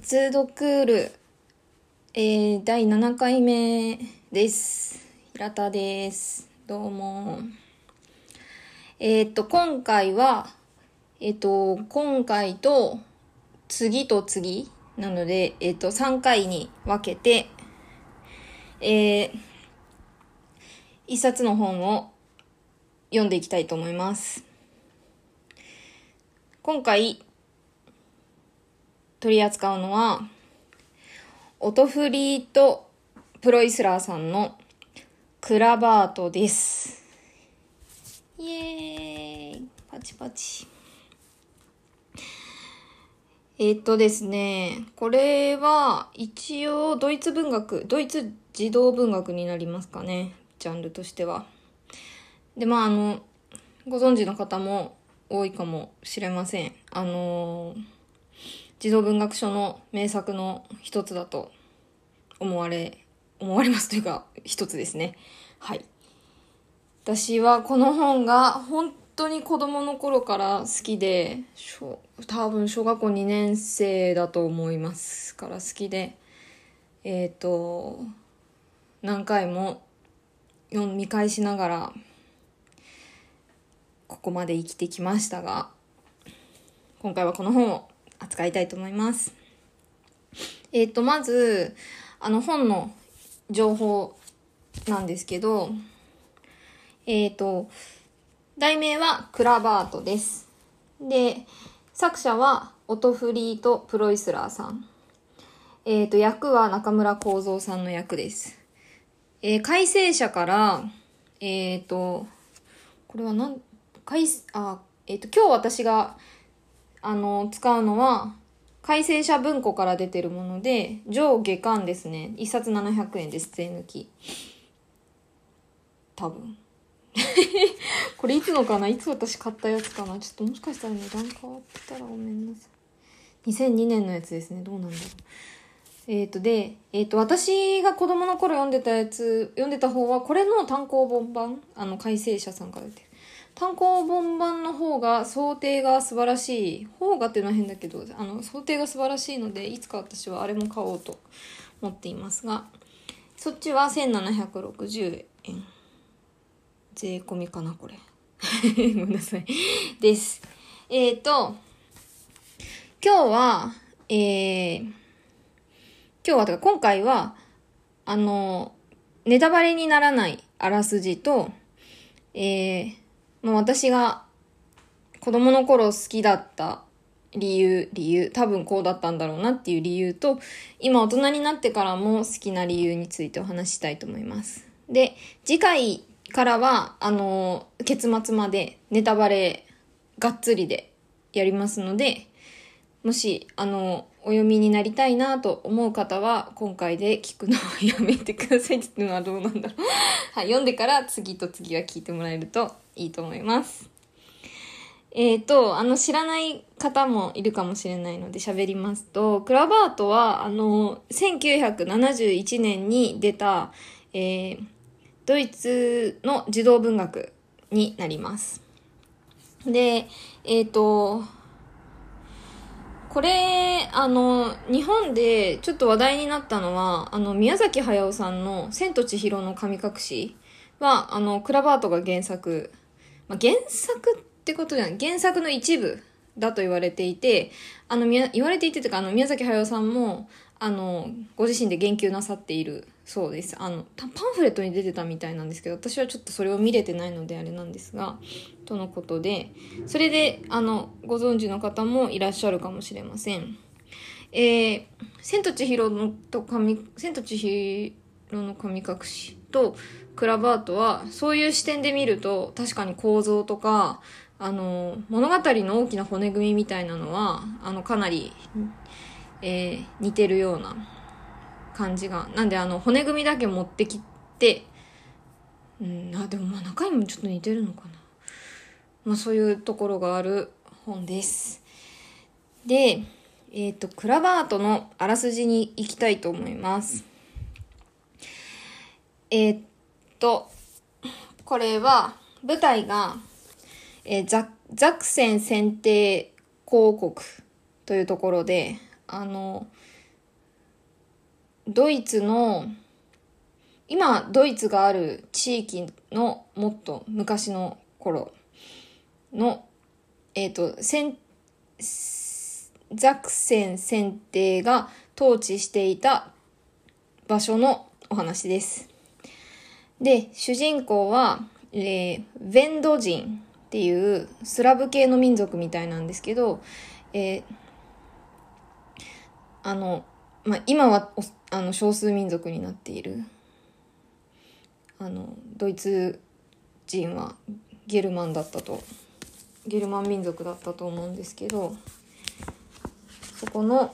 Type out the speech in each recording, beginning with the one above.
ツドクール、第7回目です。平田です。どうも。今回は、今回と次と次なので、3回に分けて、一冊の本を読んでいきたいと思います。今回取り扱うのは、オトフリート・プロイスラーさんのクラバートです。イエーイパチパチ。ですね、これは一応ドイツ児童文学になりますかね、ジャンルとしては。で、ご存知の方も多いかもしれません。児童文学書の名作の一つだと思われますというか、一つですね。はい。私はこの本が本当に子供の頃から好きで、多分小学校2年生だと思いますから好きで、何回も見返しながらここまで生きてきましたが、今回はこの本を扱いたいと思います。まず本の情報なんですけど、題名はクラバートです。で、作者はオトフリート・プロイスラーさん。役は中村幸三さんの役です。改正者から、これは今日私が使うのは改正者文庫から出てるもので、上下巻ですね。1冊700円です、税抜き。多分。これいつのかな、いつ私買ったやつかな、ちょっともしかしたら値段変わってたらごめんなさい。2002年のやつですね。どうなんだろう。私が子供の頃読んでた方は、これの単行本版、改正者さんから出てる。単行本版の方が想定が素晴らしい。方がっていうのは変だけど、想定が素晴らしいので、いつか私はあれも買おうと思っていますが、そっちは1760円。税込みかな、これ。ごめんなさい。です。今回は、ネタバレにならないあらすじと、もう私が子供の頃好きだった理由、多分こうだったんだろうなっていう理由と、今大人になってからも好きな理由についてお話ししたいと思います。で、次回からは、結末までネタバレがっつりでやりますので、もし、お読みになりたいなと思う方は、今回で聞くのをやめてくださいっていうのはどうなんだろう。はい、読んでから次と次は聞いてもらえるといいと思います。知らない方もいるかもしれないので喋りますと、クラバートは、1971年に出た、ドイツの児童文学になります。で、これ、日本でちょっと話題になったのは、宮崎駿さんの千と千尋の神隠しは、クラバートが原作、原作ってことじゃない、原作の一部だと言われていて、言われていてというか、宮崎駿さんも、ご自身で言及なさっているそうです。パンフレットに出てたみたいなんですけど、私はちょっとそれを見れてないのであれなんですが、とのことで、それで、ご存知の方もいらっしゃるかもしれません。千と千尋の神隠しとクラバートは、そういう視点で見ると、確かに構造とか、物語の大きな骨組みみたいなのは、かなり、似てるような感じが。なんで骨組みだけ持ってきて、でも中身もちょっと似てるのかな。そういうところがある本です。で、クラバートのあらすじに行きたいと思います。これは、舞台が、ザクセン選定公国というところで、 ドイツの、今ドイツがある地域のもっと昔の頃の、ザクセン選帝が統治していた場所のお話です。で、主人公は、ヴェンド人っていうスラブ系の民族みたいなんですけど、今は少数民族になっているドイツ人はゲルマン民族だったと思うんですけど、そこの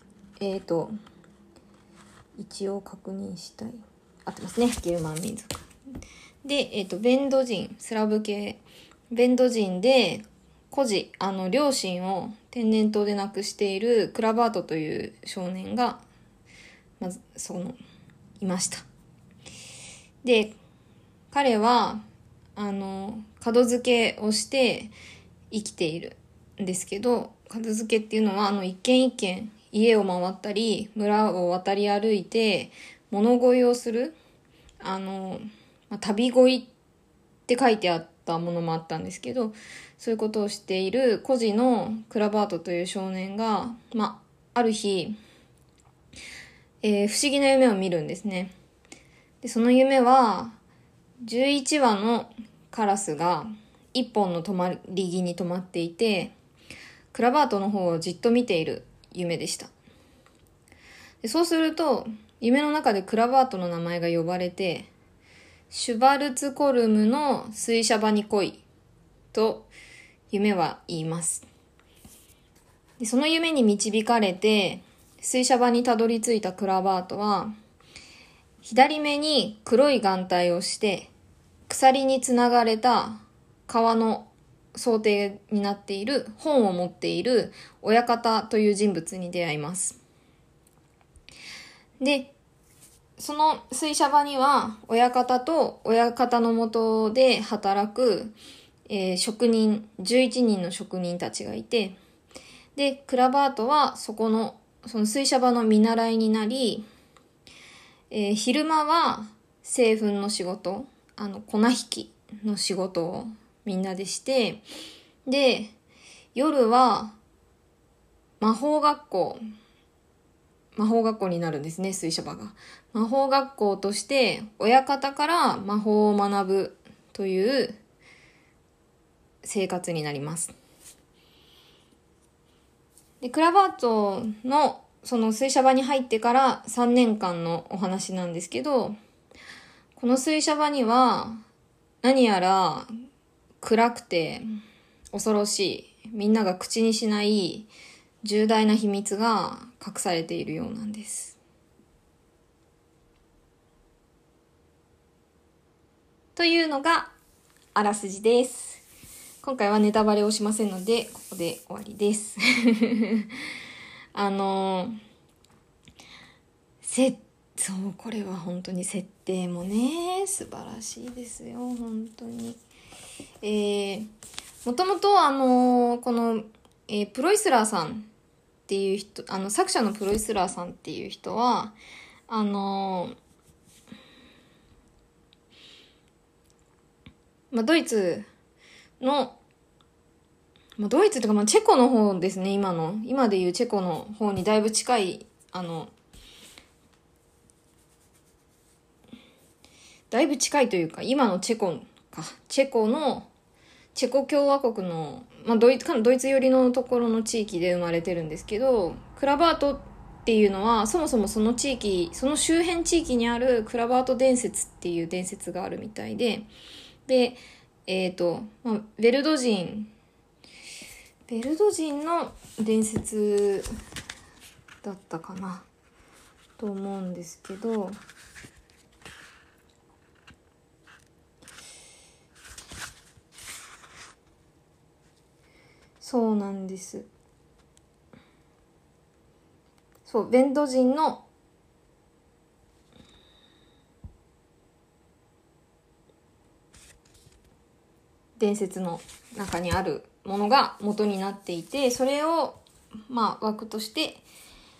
一応確認したい、合ってますね、ゲルマン民族で、ベンド人、スラブ系ベンド人で孤児、両親を天然痘で亡くしているクラバートという少年がまずいました。で、彼は門付けをして生きているんですけど、門付けっていうのは一軒一軒家を回ったり村を渡り歩いて物乞いをする旅乞いって書いてあったものもあったんですけど、そういうことをしている孤児のクラバートという少年が、ある日、不思議な夢を見るんですね。で、その夢は11羽のカラスが1本の止まり木に止まっていて、クラバートの方をじっと見ている夢でした。で、そうすると夢の中でクラバートの名前が呼ばれて、シュバルツコルムの水車場に来いと夢は言います。で、その夢に導かれて水車場にたどり着いたクラバートは、左目に黒い眼帯をして鎖につながれた川の想定になっている本を持っている親方という人物に出会います。で、その水車場には親方と親方の下で働く、職人11人の職人たちがいて、でクラバートはその水車場の見習いになり、昼間は製粉の仕事、粉引きの仕事をみんなでして、で夜は魔法学校になるんですね、水車場が。魔法学校として親方から魔法を学ぶという生活になります。でクラバートのその水車場に入ってから3年間のお話なんですけど、この水車場には何やら暗くて恐ろしい、みんなが口にしない重大な秘密が隠されているようなんです。というのがあらすじです。今回はネタバレをしませんのでここで終わりです。そうこれは本当に設定もね素晴らしいですよ、本当に。もともとこの、プロイスラーさんっていう人、作者のプロイスラーさんっていう人はドイツの、ドイツというかチェコの方ですね、今でいうチェコの方にだいぶ近いだいぶ近いというか、今のチェコ共和国の、ドイツ寄りのところの地域で生まれてるんですけど、クラバートっていうのはそもそもその地域、その周辺地域にあるクラバート伝説っていう伝説があるみたいで、でベルド人の伝説だったかなと思うんですけど、そうなんです。そう、ベンド人の伝説の中にあるものが元になっていて、それを枠として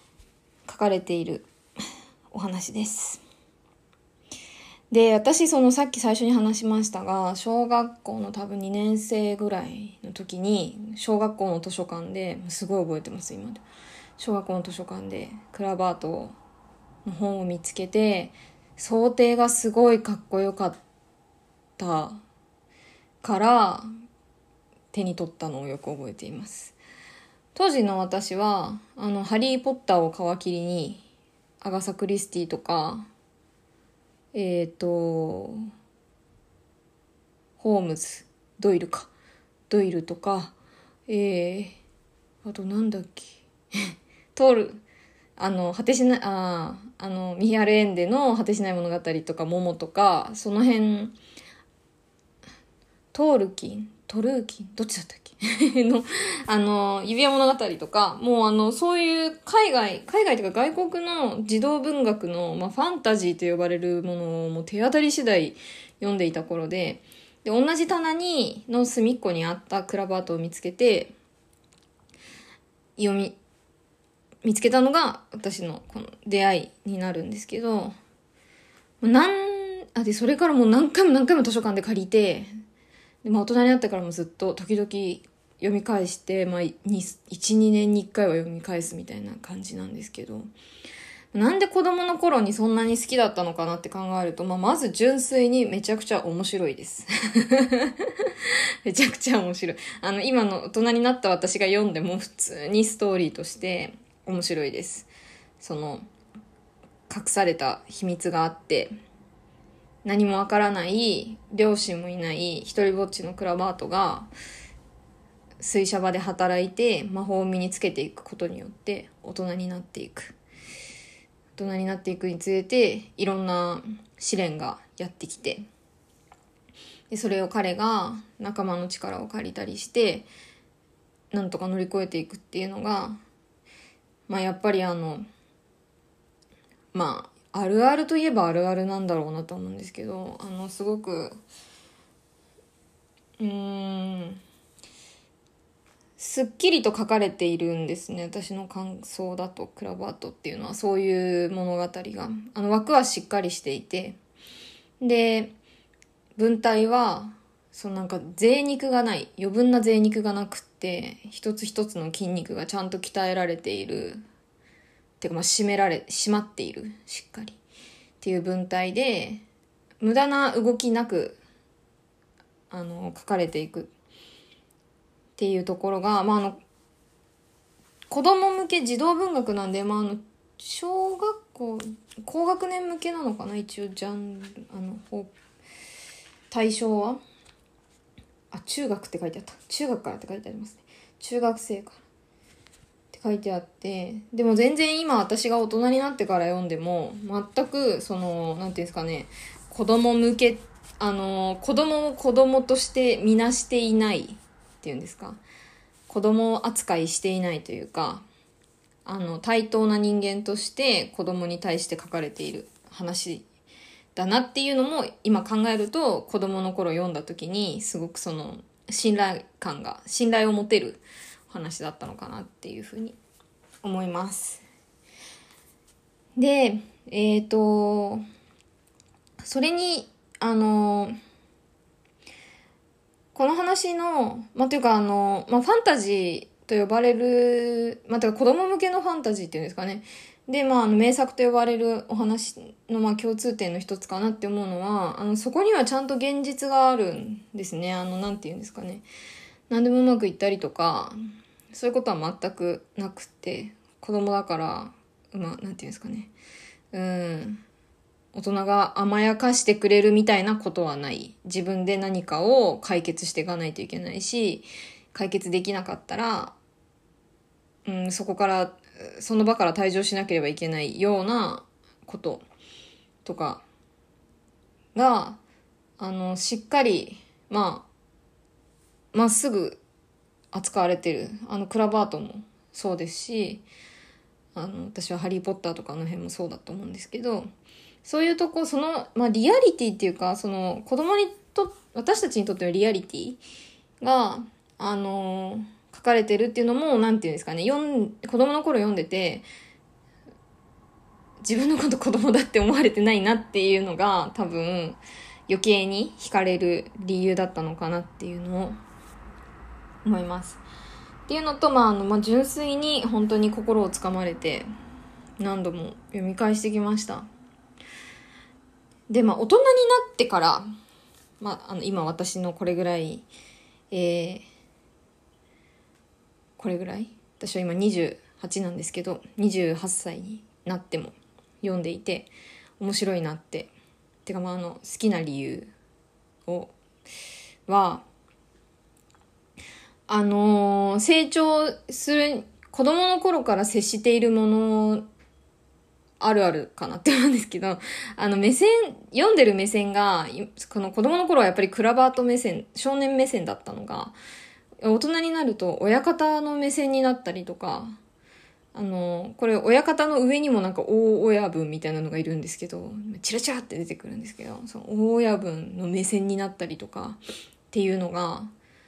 書かれているお話です。で、私さっき最初に話しましたが、小学校の多分2年生ぐらいの時に、小学校の図書館で、すごい覚えてます今で。小学校の図書館でクラバートの本を見つけて、装丁がすごいかっこよかったから手に取ったのをよく覚えています。当時の私はハリーポッターを皮切りにアガサ・クリスティとかホームズ、ドイルとか、あとなんだっけトール、果てしない、ミヒアル・エンデの果てしない物語とか、モモとか、その辺、トルーキン、どっちだったっけの、指輪物語とか、もうそういう海外というか外国の児童文学の、ファンタジーと呼ばれるものをもう手当たり次第読んでいた頃で、同じ棚の隅っこにあったクラバートを見つけて、見つけたのが私のこの出会いになるんですけど、それからもう何回も図書館で借りて、で、大人になってからもずっと時々読み返して、1、2年に1回は読み返すみたいな感じなんですけど、なんで子供の頃にそんなに好きだったのかなって考えると、まず純粋にめちゃくちゃ面白いです。めちゃくちゃ面白い。今の大人になった私が読んでも普通にストーリーとして面白いです。隠された秘密があって、何もわからない、両親もいない一人ぼっちのクラバートが水車場で働いて魔法を身につけていくことによって大人になっていくにつれていろんな試練がやってきて、でそれを彼が仲間の力を借りたりしてなんとか乗り越えていくっていうのが、やっぱりあるあるといえばあるあるなんだろうなと思うんですけど、すごくすっきりと書かれているんですね。私の感想だと、クラバートっていうのはそういう物語が枠はしっかりしていて、で文体は贅肉がない、余分な贅肉がなくって、一つ一つの筋肉がちゃんと鍛えられているっていうか、締まっている、しっかりっていう文体で無駄な動きなく書かれていくっていうところが、子供向け児童文学なんで、小学校高学年向けなのかな、一応ジャンル対象は中学って書いてあった。中学からって書いてありますね。中学生からって書いてあって、でも全然今私が大人になってから読んでも全くなんていうんですかね、子供向け子供を子供として見なしていないっていうんですか、子供扱いしていないというか、対等な人間として子供に対して書かれている話だなっていうのも今考えると、子供の頃読んだ時にすごく信頼を持てる話だったのかなっていうふうに思います。で、それにこの話の、というかファンタジーと呼ばれる、というか子供向けのファンタジーっていうんですかね。で、名作と呼ばれるお話の、共通点の一つかなって思うのは、そこにはちゃんと現実があるんですね。なんていうんですかね。何でもうまくいったりとか、そういうことは全くなくって、子供だから、なんていうんですかね。大人が甘やかしてくれるみたいなことはない。自分で何かを解決していかないといけないし、解決できなかったら、その場から退場しなければいけないようなこととかが、しっかり、まっすぐ扱われてる。クラバートもそうですし、私はハリーポッターとかの辺もそうだと思うんですけど、そういうとこ、リアリティっていうか、私たちにとってのリアリティが、書かれてるっていうのも、なんていうんですかね、子供の頃読んでて、 自分のこと子供だって思われてないなっていうのが多分余計に惹かれる理由だったのかなっていうのを思います。っていうのと、純粋に本当に心をつかまれて何度も読み返してきました。で、大人になってから、今私のこれぐらい、これぐらい私は今28なんですけど、28歳になっても読んでいて面白いなっててか好きな理由は成長する子供の頃から接しているものあるあるかなって思うんですけど、読んでる目線が、この子供の頃はやっぱりクラバート目線、少年目線だったのが、大人になると親方の目線になったりとか、これ親方の上にも大親分みたいなのがいるんですけど、チラチラって出てくるんですけど、その大親分の目線になったりとかっていうのが、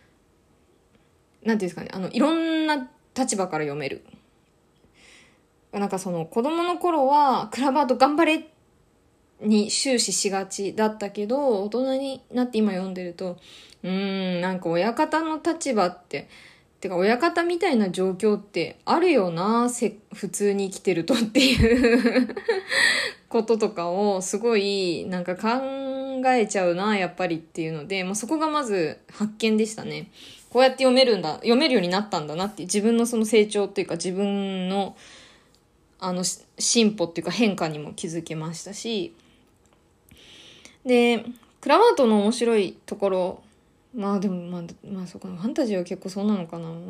なんていうんですかね、いろんな立場から読める。その子供の頃はクラバート頑張れに終始しがちだったけど、大人になって今読んでると、親方の立場っててか親方みたいな状況ってあるよな、普通に生きてるとっていうこととかをすごい考えちゃうな、やっぱりっていうので、そこがまず発見でしたね。こうやって読めるようになったんだなって、自分のその成長っていうか自分の進歩っていうか変化にも気づけましたし、でクラバートの面白いところ、でもそうかな、ファンタジーは結構そうなのかな、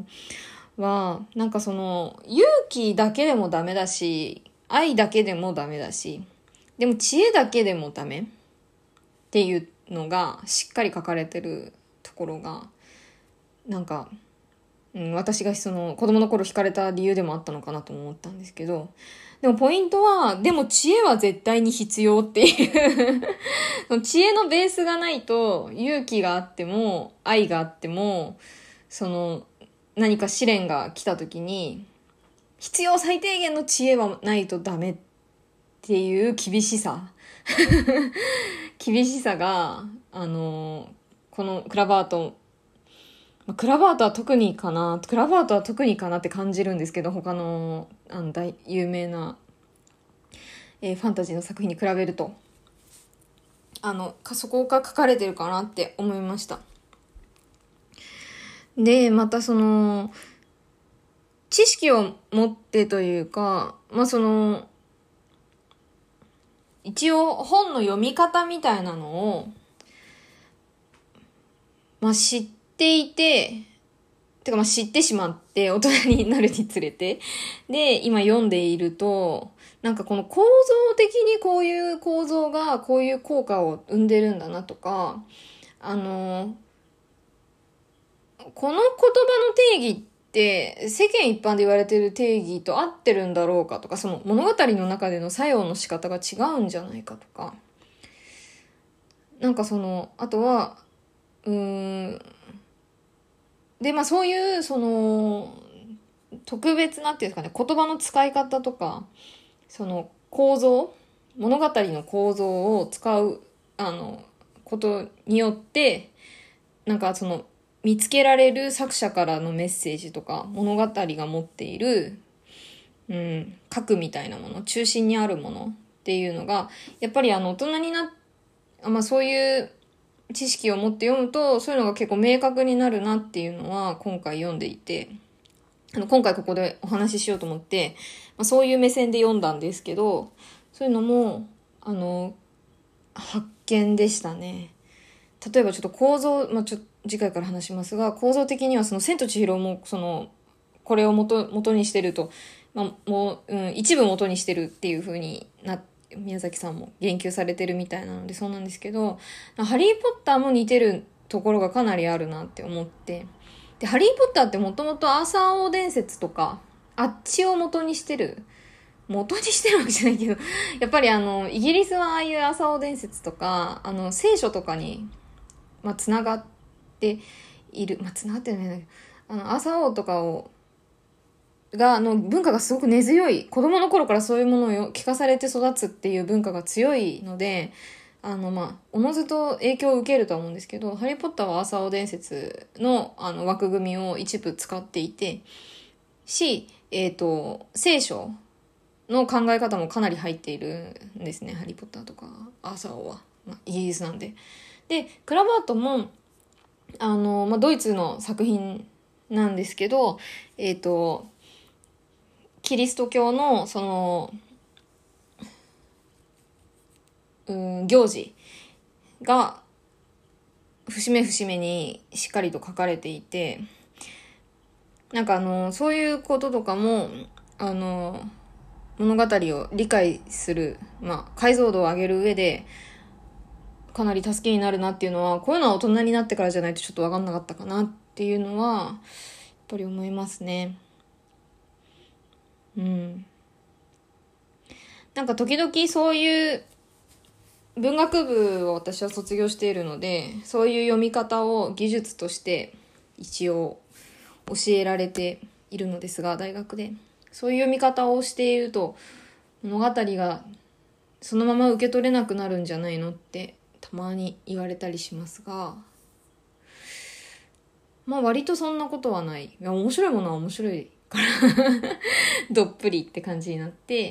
その勇気だけでもダメだし、愛だけでもダメだし、でも知恵だけでもダメっていうのがしっかり書かれてるところが私がその子供の頃惹かれた理由でもあったのかなと思ったんですけど、でもポイントは、でも知恵は絶対に必要っていうその知恵のベースがないと、勇気があっても愛があっても、その何か試練が来た時に必要最低限の知恵はないとダメっていう厳しさ厳しさがこのクラバートは特にかなって感じるんですけど、他の有名な、ファンタジーの作品に比べるとそこが書かれてるかなって思いました。でまたその知識を持ってというか、一応本の読み方みたいなのを知っていて、知ってしまって大人になるにつれて、で今読んでいるとこの構造的にこういう構造がこういう効果を生んでるんだなとか、この言葉の定義って世間一般で言われている定義と合ってるんだろうかとか、その物語の中での作用の仕方が違うんじゃないかとか、あとはでそういうその特別なっていうんですかね、言葉の使い方とか、その構造、物語の構造を使うことによってその見つけられる作者からのメッセージとか、物語が持っている核みたいなもの、中心にあるものっていうのがやっぱり大人になそういう知識を持って読むと、そういうのが結構明確になるなっていうのは今回読んでいて、今回ここでお話ししようと思って、そういう目線で読んだんですけど、そういうのも発見でしたね。例えばちょっと構造、次回から話しますが、構造的にはその千と千尋もこれを元にしてると、一部元にしてるっていう風に宮崎さんも言及されてるみたいなのでそうなんですけど、ハリーポッターも似てるところがかなりあるなって思って、でハリーポッターってもともとアーサー王伝説とかあっちを元にしてるわけじゃないけど、やっぱりイギリスはああいうアーサー王伝説とか聖書とかにつながっている、つながってるね、アーサー王とかをの文化がすごく根強い。子供の頃からそういうものを聞かされて育つっていう文化が強いので、おのずと影響を受けるとは思うんですけど、ハリーポッターはアーサー王伝説の枠組みを一部使っていて、聖書の考え方もかなり入っているんですね。ハリーポッターとかアーサー王は。イギリスなんで。で、クラバートも、ドイツの作品なんですけど、キリスト教の、行事が、節目節目にしっかりと書かれていて、そういうこととかも、物語を理解する、解像度を上げる上で、かなり助けになるなっていうのは、こういうのは大人になってからじゃないとちょっと分かんなかったかなっていうのは、やっぱり思いますね。時々そういう文学部を私は卒業しているので、そういう読み方を技術として一応教えられているのですが、大学で。そういう読み方をしていると、物語がそのまま受け取れなくなるんじゃないのってたまに言われたりしますが、割とそんなことはない。いや、面白いものは面白いからどっぷりって感じになって、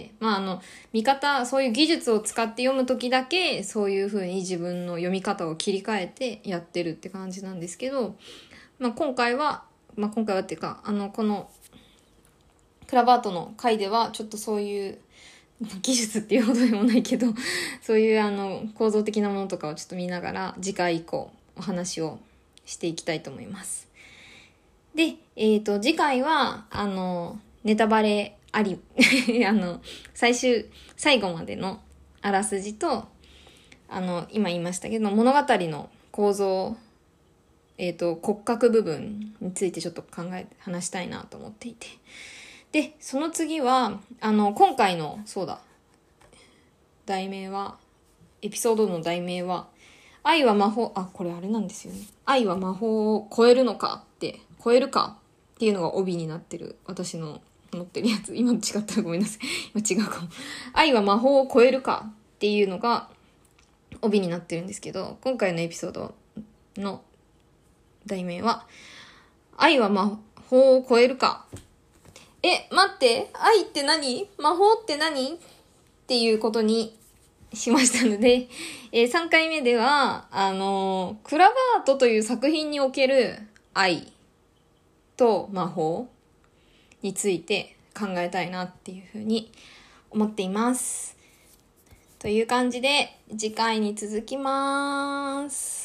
見方、そういう技術を使って読むときだけ、そういう風に自分の読み方を切り替えてやってるって感じなんですけど、今回はっていうか、この、クラバートの回では、ちょっとそういう、技術っていうほどでもないけど、そういう構造的なものとかをちょっと見ながら、次回以降、お話をしていきたいと思います。で、次回は、ネタバレあり、最後までのあらすじと、今言いましたけど、物語の構造、骨格部分についてちょっと話したいなと思っていて。で、その次は、今回の、エピソードの題名は、愛は魔法、これあれなんですよね。愛は魔法を超えるかっていうのが帯になってる、私の持ってるやつ。今違ったらごめんなさい。今違うかも。愛は魔法を超えるかっていうのが帯になってるんですけど、今回のエピソードの題名は、愛は魔法を超えるか。待って、愛って何？魔法って何？っていうことにしましたので、3回目では、クラバートという作品における愛と魔法について考えたいなっていうふうに思っています。という感じで、次回に続きます。